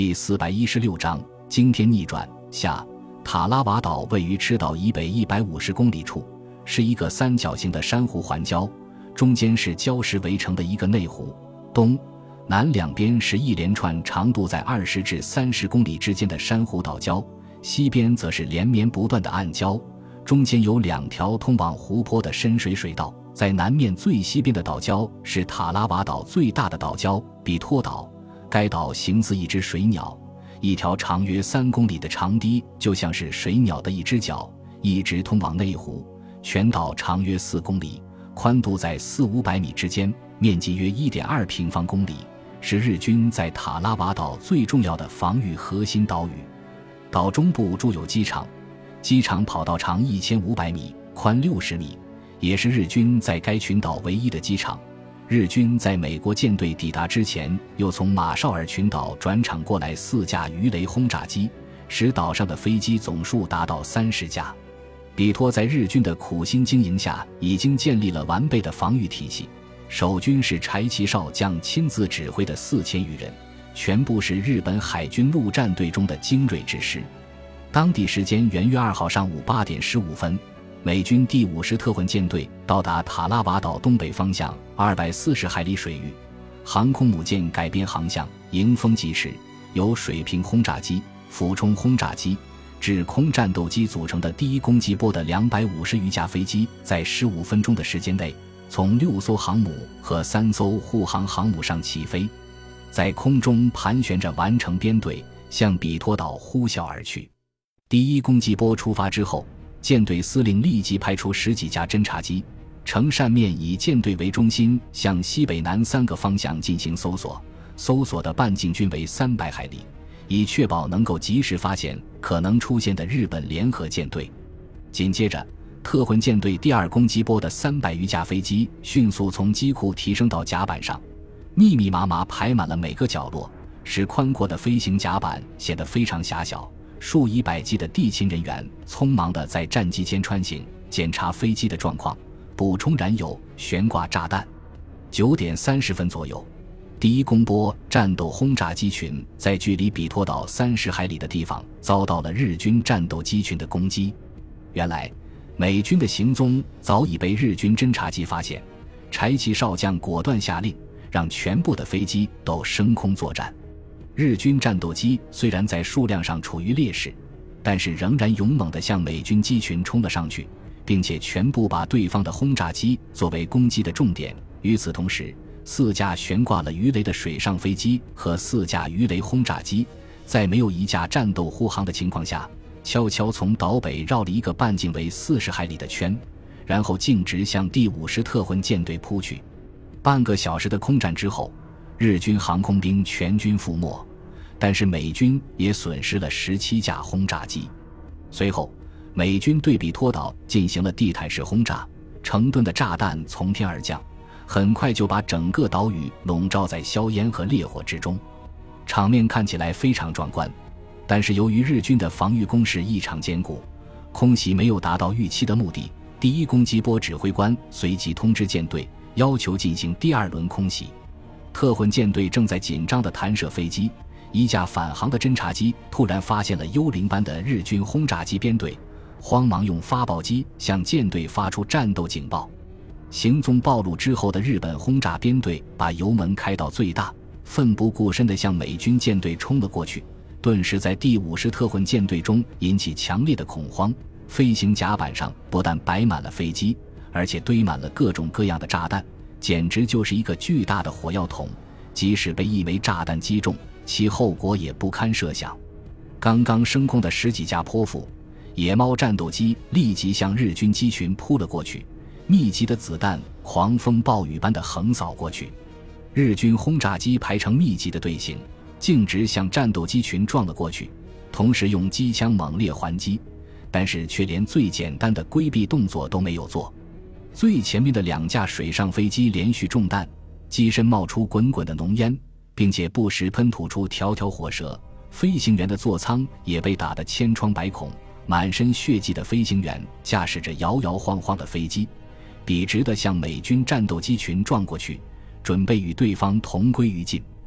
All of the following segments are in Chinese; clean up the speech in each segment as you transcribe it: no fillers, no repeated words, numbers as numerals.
第416章惊天逆转下。塔拉瓦岛位于赤道以北150公里处，是一个三角形的珊瑚环礁，中间是礁石围成的一个内湖，东南两边是一连串长度在20至30公里之间的珊瑚岛礁，西边则是连绵不断的暗礁，中间有2条通往湖泊的深水水道。在南面最西边的岛礁是塔拉瓦岛最大的岛礁比托岛，该岛形似一只水鸟，一条长约3公里的长堤就像是水鸟的一只脚，一直通往内湖。全岛长约4公里，宽度在400-500米之间，面积约 1.2平方公里，是日军在塔拉瓦岛最重要的防御核心岛屿。岛中部筑有机场，机场跑道长1500米，宽60米，也是日军在该群岛唯一的机场。日军在美国舰队抵达之前，又从马绍尔群岛转场过来4架鱼雷轰炸机，使岛上的飞机总数达到30架。比托在日军的苦心经营下，已经建立了完备的防御体系。守军是柴崎少将亲自指挥的4000余人，全部是日本海军陆战队中的精锐之师。当地时间元月2号上午8点15分，美军第50特混舰队到达塔拉瓦岛东北方向240海里水域，航空母舰改变航向，迎风疾驰，由水平轰炸机、俯冲轰炸机、制空战斗机组成的第一攻击波的250余架飞机，在15分钟的时间内，从6艘航母和3艘护航航母上起飞，在空中盘旋着完成编队，向比托岛呼啸而去。第一攻击波出发之后，舰队司令立即派出10几架侦察机，呈扇面以舰队为中心，向西北南3个方向进行搜索，搜索的半径均为300海里，以确保能够及时发现可能出现的日本联合舰队。紧接着，特混舰队第2攻击波的300余架飞机迅速从机库提升到甲板上，密密麻麻排满了每个角落，使宽阔的飞行甲板显得非常狭小。数以百计的地勤人员匆忙地在战机间穿行，检查飞机的状况，补充燃油，悬挂炸弹。9点30分左右，第一攻波战斗轰炸机群在距离比托岛30海里的地方遭到了日军战斗机群的攻击。原来美军的行踪早已被日军侦察机发现，柴崎少将果断下令，让全部的飞机都升空作战。日军战斗机虽然在数量上处于劣势，但是仍然勇猛地向美军机群冲了上去，并且全部把对方的轰炸机作为攻击的重点。与此同时，4架悬挂了鱼雷的水上飞机和4架鱼雷轰炸机，在没有一架战斗护航的情况下，悄悄从岛北绕了一个半径为40海里的圈，然后径直向第50特混舰队扑去。半个小时的空战之后，日军航空兵全军覆没，但是美军也损失了17架轰炸机。随后，美军对比托岛进行了地毯式轰炸，成吨的炸弹从天而降，很快就把整个岛屿笼罩在硝烟和烈火之中，场面看起来非常壮观。但是由于日军的防御工事异常坚固，空袭没有达到预期的目的，第一攻击波指挥官随即通知舰队，要求进行第2轮空袭。特混舰队正在紧张地弹射飞机，一架返航的侦察机突然发现了幽灵般的日军轰炸机编队，慌忙用发报机向舰队发出战斗警报。行踪暴露之后的日本轰炸编队把油门开到最大，奋不顾身地向美军舰队冲了过去，顿时在第50特混舰队中引起强烈的恐慌。飞行甲板上不但摆满了飞机，而且堆满了各种各样的炸弹，简直就是一个巨大的火药桶，即使被一枚炸弹击中，其后果也不堪设想。刚刚升空的10几架泼妇、野猫战斗机立即向日军机群扑了过去，密集的子弹狂风暴雨般的横扫过去。日军轰炸机排成密集的队形，径直向战斗机群撞了过去，同时用机枪猛烈还击，但是却连最简单的规避动作都没有做。最前面的2架水上飞机连续中弹，机身冒出滚滚的浓烟，并且不时喷吐出条条火舌，飞行员的座舱也被打得千疮百孔，满身血迹的飞行员驾驶着摇摇晃晃的飞机，笔直地向美军战斗机群撞过去，准备与对方同归于尽。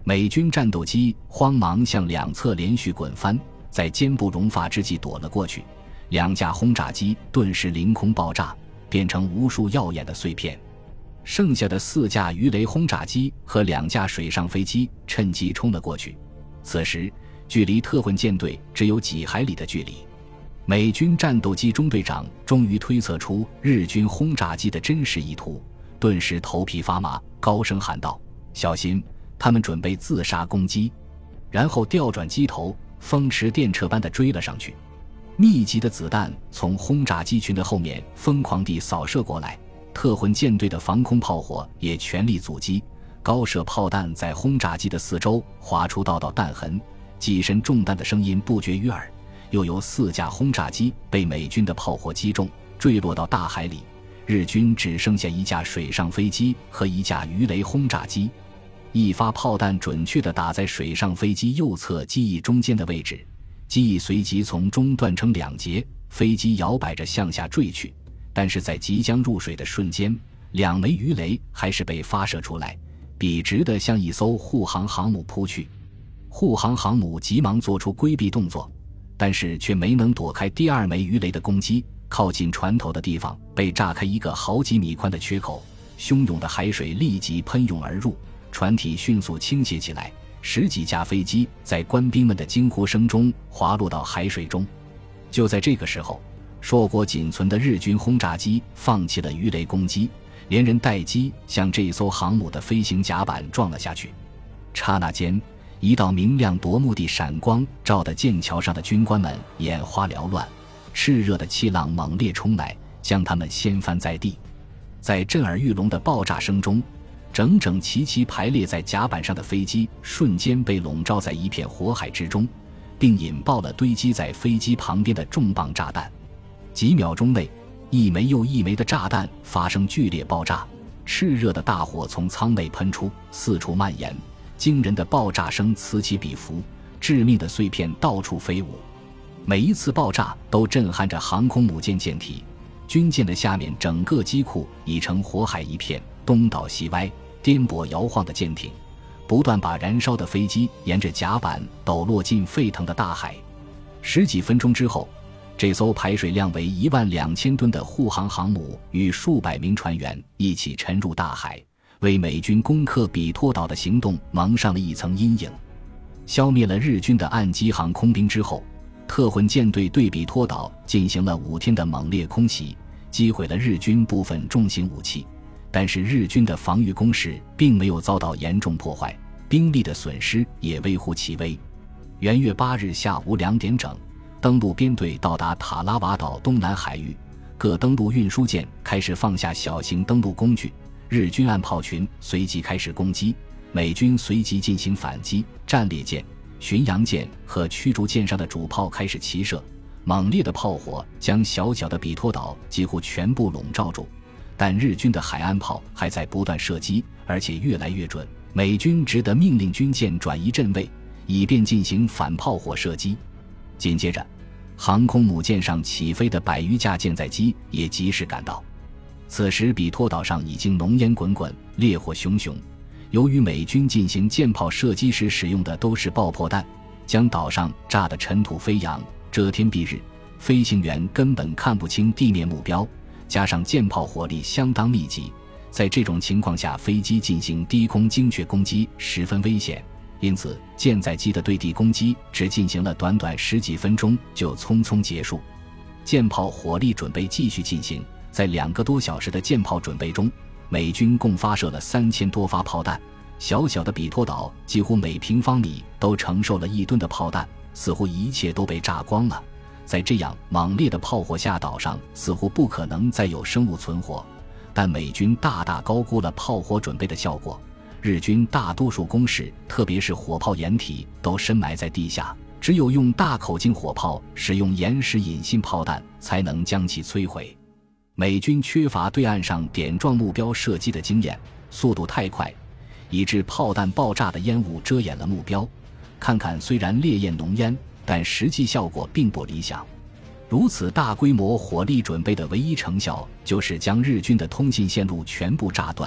美军战斗机慌忙向两侧连续滚翻，在肩部融化之际躲了过去，两架轰炸机顿时凌空爆炸，变成无数耀眼的碎片。剩下的4架鱼雷轰炸机和2架水上飞机趁机冲了过去。此时距离特混舰队只有几海里的距离。美军战斗机中队长终于推测出日军轰炸机的真实意图，顿时头皮发麻，高声喊道：小心，他们准备自杀攻击。然后调转机头，风驰电掣般地追了上去。密集的子弹从轰炸机群的后面疯狂地扫射过来，特混舰队的防空炮火也全力阻击，高射炮弹在轰炸机的四周划出道道弹痕，机身中弹的声音不绝于耳。又有4架轰炸机被美军的炮火击中，坠落到大海里。日军只剩下1架水上飞机和1架鱼雷轰炸机。一发炮弹准确地打在水上飞机右侧机翼中间的位置，机翼随即从中断成2截，飞机摇摆着向下坠去。但是在即将入水的瞬间，2枚鱼雷还是被发射出来，笔直地向一艘护航航母扑去。护航航母急忙做出规避动作，但是却没能躲开第2枚鱼雷的攻击，靠近船头的地方被炸开一个好几米宽的缺口，汹涌的海水立即喷涌而入，船体迅速倾斜起来，10几架飞机在官兵们的惊呼声中滑落到海水中。就在这个时候，硕果仅存的日军轰炸机放弃了鱼雷攻击，连人带机向这艘航母的飞行甲板撞了下去。刹那间，一道明亮夺目的闪光照得剑桥上的军官们眼花缭乱，炽热的气浪猛烈冲来，将他们掀翻在地。在震耳欲聋的爆炸声中，整整齐齐排列在甲板上的飞机瞬间被笼罩在一片火海之中，并引爆了堆积在飞机旁边的重磅炸弹。几秒钟内，一枚又一枚的炸弹发生剧烈爆炸，炽热的大火从舱内喷出，四处蔓延，惊人的爆炸声此起彼伏，致命的碎片到处飞舞。每一次爆炸都震撼着航空母舰舰体，军舰的下面整个机库已成火海一片，东倒西歪，颠簸摇晃的舰艇不断把燃烧的飞机沿着甲板抖落进沸腾的大海。10几分钟之后，这艘排水量为12000吨的护航航母与数百名船员一起沉入大海，为美军攻克比托岛的行动蒙上了一层阴影。消灭了日军的岸基航空兵之后，特混舰队对比托岛进行了5天的猛烈空袭，击毁了日军部分重型武器，但是日军的防御工事并没有遭到严重破坏，兵力的损失也微乎其微。元月8日下午2点整，登陆编队到达塔拉瓦岛东南海域，各登陆运输舰开始放下小型登陆工具，日军岸炮群随即开始攻击，美军随即进行反击，战列舰、巡洋舰和驱逐舰上的主炮开始齐射，猛烈的炮火将小小的比托岛几乎全部笼罩住，但日军的海岸炮还在不断射击，而且越来越准，美军只得命令军舰转移阵位，以便进行反炮火射击。紧接着，航空母舰上起飞的100余架舰载机也及时赶到。此时比托岛上已经浓烟滚滚，烈火熊熊。由于美军进行舰炮射击时使用的都是爆破弹，将岛上炸得尘土飞扬，遮天蔽日，飞行员根本看不清地面目标，加上舰炮火力相当密集，在这种情况下飞机进行低空精确攻击十分危险，因此舰载机的对地攻击只进行了短短10几分钟就匆匆结束。舰炮火力准备继续进行，在2个多小时的舰炮准备中，美军共发射了3000多发炮弹，小小的比托岛几乎每平方米都承受了1吨的炮弹，似乎一切都被炸光了。在这样猛烈的炮火下，岛上似乎不可能再有生物存活，但美军大大高估了炮火准备的效果。日军大多数工事，特别是火炮掩体都深埋在地下，只有用大口径火炮使用岩石引信炮弹才能将其摧毁。美军缺乏对岸上点状目标射击的经验，速度太快，以致炮弹爆炸的烟雾遮掩了目标，看看虽然烈焰浓烟，但实际效果并不理想。如此大规模火力准备的唯一成效，就是将日军的通信线路全部炸断，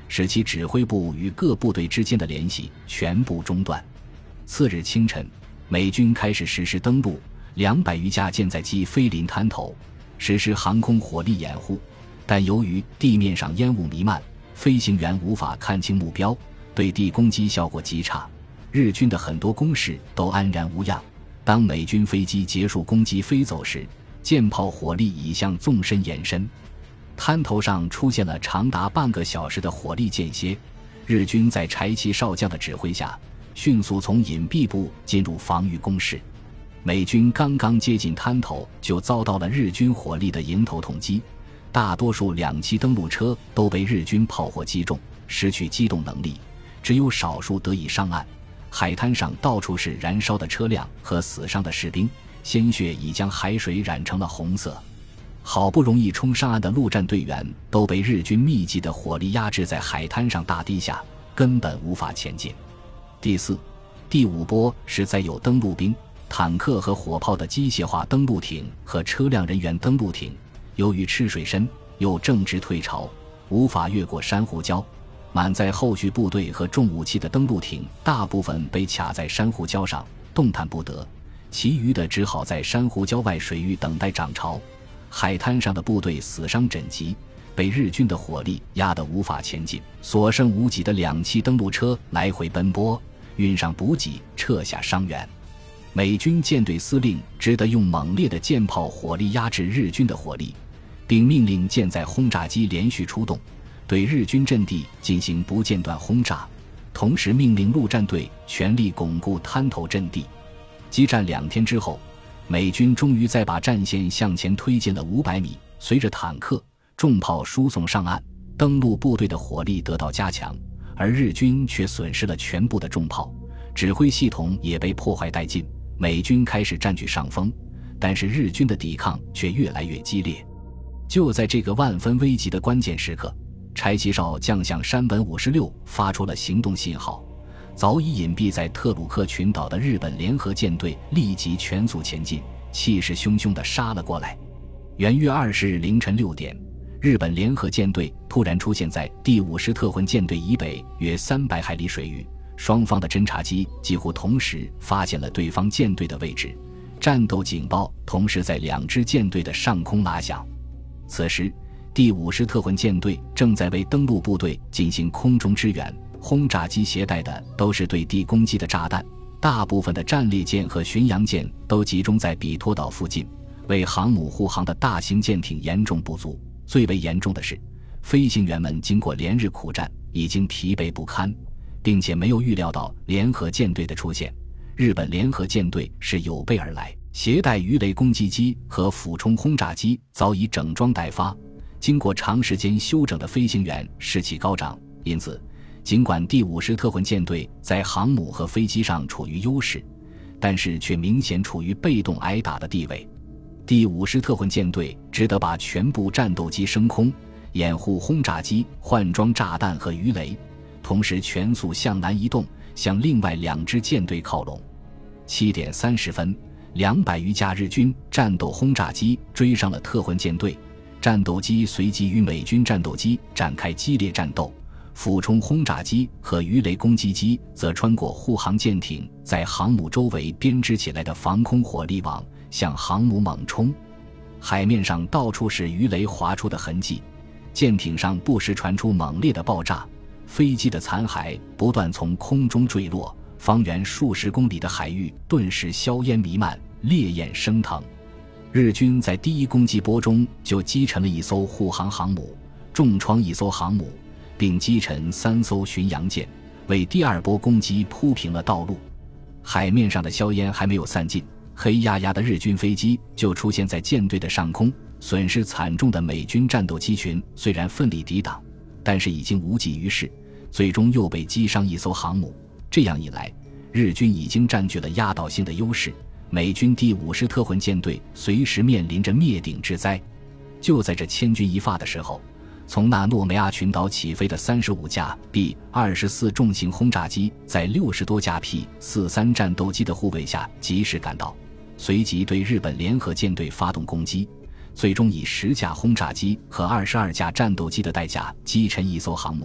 使其指挥部与各部队之间的联系全部中断。次日清晨，美军开始实施登陆，200余架舰载机飞临滩头，实施航空火力掩护，但由于地面上烟雾弥漫，飞行员无法看清目标，对地攻击效果极差，日军的很多工事都安然无恙。当美军飞机结束攻击飞走时，舰炮火力已向纵深延伸，滩头上出现了长达半个小时的火力间歇。日军在柴崎少将的指挥下，迅速从隐蔽部进入防御工事。美军刚刚接近滩头，就遭到了日军火力的迎头痛击，大多数2栖登陆车都被日军炮火击中，失去机动能力，只有少数得以上岸。海滩上到处是燃烧的车辆和死伤的士兵，鲜血已将海水染成了红色。好不容易冲上岸的陆战队员都被日军密集的火力压制在海滩上大堤下，根本无法前进。第4、第5波是载有登陆兵、坦克和火炮的机械化登陆艇和车辆人员登陆艇，由于吃水深又正值退潮，无法越过珊瑚礁，满载后续部队和重武器的登陆艇大部分被卡在珊瑚礁上，动弹不得，其余的只好在珊瑚礁外水域等待涨潮。海滩上的部队死伤枕藉，被日军的火力压得无法前进，所剩无几的2栖登陆车来回奔波，运上补给，撤下伤员。美军舰队司令只得用猛烈的舰炮火力压制日军的火力，并命令舰载轰炸机连续出动，对日军阵地进行不间断轰炸，同时命令陆战队全力巩固滩头阵地。激战2天之后，美军终于再把战线向前推进了500米，随着坦克、重炮输送上岸，登陆部队的火力得到加强，而日军却损失了全部的重炮，指挥系统也被破坏殆尽。美军开始占据上风，但是日军的抵抗却越来越激烈。就在这个万分危急的关键时刻，柴崎少将向山本56发出了行动信号，早已隐蔽在特鲁克群岛的日本联合舰队立即全速前进，气势汹汹地杀了过来。元月20日凌晨6点，日本联合舰队突然出现在第50特混舰队以北约300海里水域，双方的侦察机几乎同时发现了对方舰队的位置，战斗警报同时在2支舰队的上空拉响。此时第50特混舰队正在为登陆部队进行空中支援，轰炸机携带的都是对地攻击的炸弹，大部分的战列舰和巡洋舰都集中在比托岛附近，为航母护航的大型舰艇严重不足。最为严重的是，飞行员们经过连日苦战，已经疲惫不堪，并且没有预料到联合舰队的出现。日本联合舰队是有备而来，携带鱼雷攻击机和俯冲轰炸机早已整装待发，经过长时间休整的飞行员士气高涨，因此尽管第50特混舰队在航母和飞机上处于优势，但是却明显处于被动挨打的地位。第50特混舰队只得把全部战斗机升空，掩护轰炸机换装炸弹和鱼雷，同时全速向南移动，向另外2支舰队靠拢。7点30分，200余架日军战斗轰炸机追上了特混舰队，战斗机随即与美军战斗机展开激烈战斗，俯冲轰炸机和鱼雷攻击机则穿过护航舰艇在航母周围编织起来的防空火力网，向航母猛冲。海面上到处是鱼雷划出的痕迹，舰艇上不时传出猛烈的爆炸，飞机的残骸不断从空中坠落，方圆数十公里的海域顿时硝烟弥漫，烈焰升腾。日军在第一攻击波中就击沉了1艘护航航母，重创1艘航母，并击沉3艘巡洋舰，为第2波攻击铺平了道路。海面上的硝烟还没有散尽，黑压压的日军飞机就出现在舰队的上空，损失惨重的美军战斗机群虽然奋力抵挡，但是已经无济于事，最终又被击伤1艘航母。这样一来，日军已经占据了压倒性的优势，美军第50特混舰队随时面临着灭顶之灾。就在这千钧一发的时候，从纳诺梅亚群岛起飞的35架 B-24 重型轰炸机在60多架 P-43 战斗机的护卫下及时赶到，随即对日本联合舰队发动攻击，最终以10架轰炸机和22架战斗机的代价击沉1艘航母，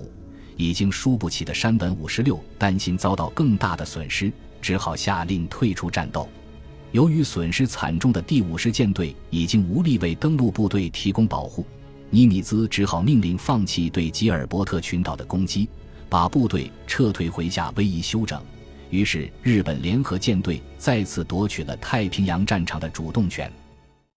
已经输不起的山本56担心遭到更大的损失，只好下令退出战斗。由于损失惨重的第50舰队已经无力为登陆部队提供保护，尼米兹只好命令放弃对吉尔伯特群岛的攻击，把部队撤退回夏威夷休整。于是日本联合舰队再次夺取了太平洋战场的主动权。